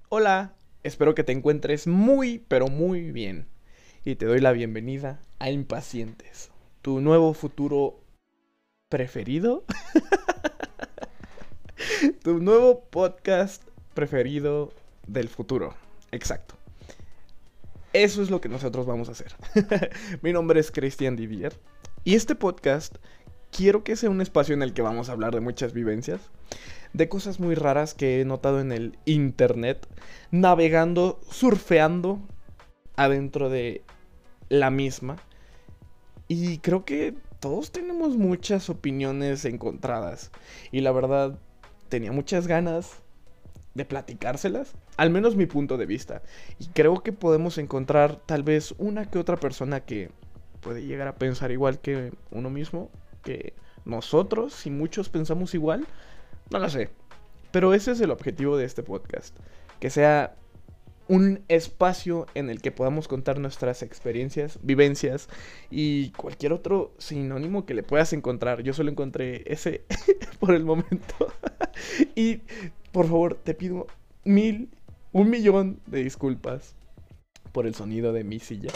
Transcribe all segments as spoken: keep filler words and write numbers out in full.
Hola, espero que te encuentres muy, pero muy bien. Y te doy la bienvenida a Impacientes, tu nuevo futuro preferido, tu nuevo podcast preferido del futuro. Exacto. Eso es lo que nosotros vamos a hacer. Mi nombre es Christian Didier y este podcast quiero que sea un espacio en el que vamos a hablar de muchas vivencias, de cosas muy raras que he notado en el internet, navegando, surfeando adentro de la misma. Y creo que todos tenemos muchas opiniones encontradas. Y la verdad, tenía muchas ganas de platicárselas. Al menos mi punto de vista. Y creo que podemos encontrar tal vez una que otra persona que puede llegar a pensar igual que uno mismo. Que nosotros, si muchos pensamos igual, no lo sé. Pero ese es el objetivo de este podcast. Que sea un espacio en el que podamos contar nuestras experiencias, vivencias y cualquier otro sinónimo que le puedas encontrar. Yo solo encontré ese por el momento. Y por favor, te pido mil, un millón de disculpas por el sonido de mi silla.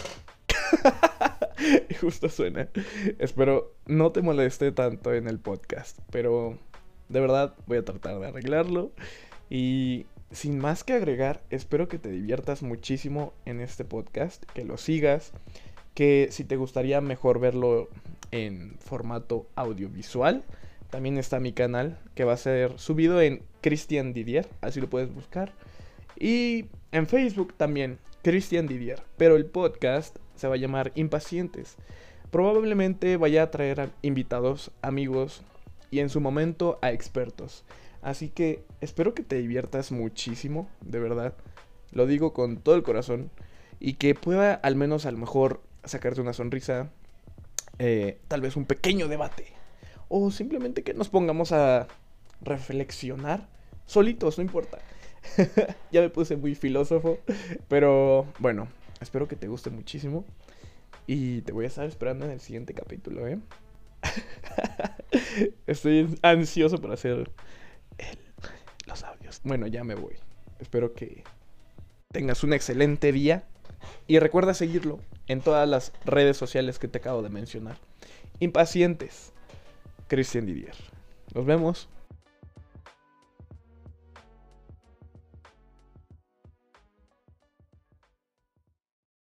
Y justo suena. Espero no te moleste tanto en el podcast, pero de verdad voy a tratar de arreglarlo. Y sin más que agregar, espero que te diviertas muchísimo en este podcast, que lo sigas, que si te gustaría mejor verlo en formato audiovisual, también está mi canal que va a ser subido en Christian Didier, así lo puedes buscar. Y en Facebook también, Christian Didier, pero el podcast se va a llamar Impacientes. Probablemente vaya a traer a invitados, amigos y en su momento a expertos. Así que espero que te diviertas muchísimo, de verdad. Lo digo con todo el corazón. Y que pueda al menos a lo mejor sacarte una sonrisa. Eh, tal vez un pequeño debate. O simplemente que nos pongamos a reflexionar. Solitos, no importa. Ya me puse muy filósofo. Pero bueno, espero que te guste muchísimo. Y te voy a estar esperando en el siguiente capítulo, ¿eh? Estoy ansioso por hacer el, los audios. Bueno, ya me voy. Espero que tengas un excelente día. Y recuerda seguirlo en todas las redes sociales que te acabo de mencionar. Impacientes, Christian Didier. Nos vemos.